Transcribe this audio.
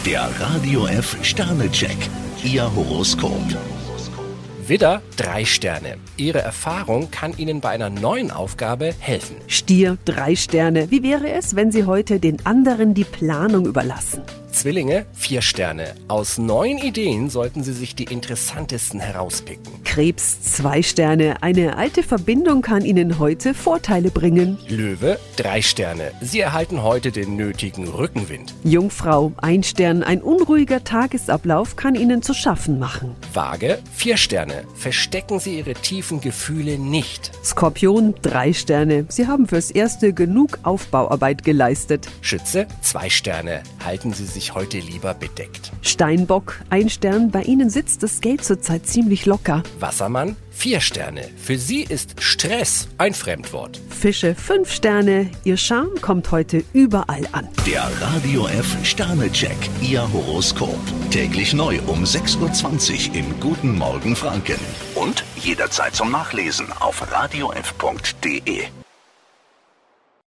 Der Radio F Sternecheck. Ihr Horoskop. Widder, 3 Sterne. Ihre Erfahrung kann Ihnen bei einer neuen Aufgabe helfen. Stier, 3 Sterne. Wie wäre es, wenn Sie heute den anderen die Planung überlassen? Zwillinge, 4 Sterne. Aus neuen Ideen sollten Sie sich die interessantesten herauspicken. Krebs, 2 Sterne. Eine alte Verbindung kann Ihnen heute Vorteile bringen. Löwe, 3 Sterne. Sie erhalten heute den nötigen Rückenwind. Jungfrau, 1 Stern. Ein unruhiger Tagesablauf kann Ihnen zu schaffen machen. Waage, 4 Sterne. Verstecken Sie Ihre tiefen Gefühle nicht. Skorpion, 3 Sterne. Sie haben fürs Erste genug Aufbauarbeit geleistet. Schütze, 2 Sterne. Halten Sie sich heute lieber bedeckt. Steinbock, 1 Stern. Bei Ihnen sitzt das Geld zurzeit ziemlich locker. Wassermann, 4 Sterne. Für Sie ist Stress ein Fremdwort. Fische, 5 Sterne. Ihr Charme kommt heute überall an. Der Radio F Sternecheck. Ihr Horoskop. Täglich neu um 6:20 Uhr im Guten Morgen Franken. Und jederzeit zum Nachlesen auf radiof.de.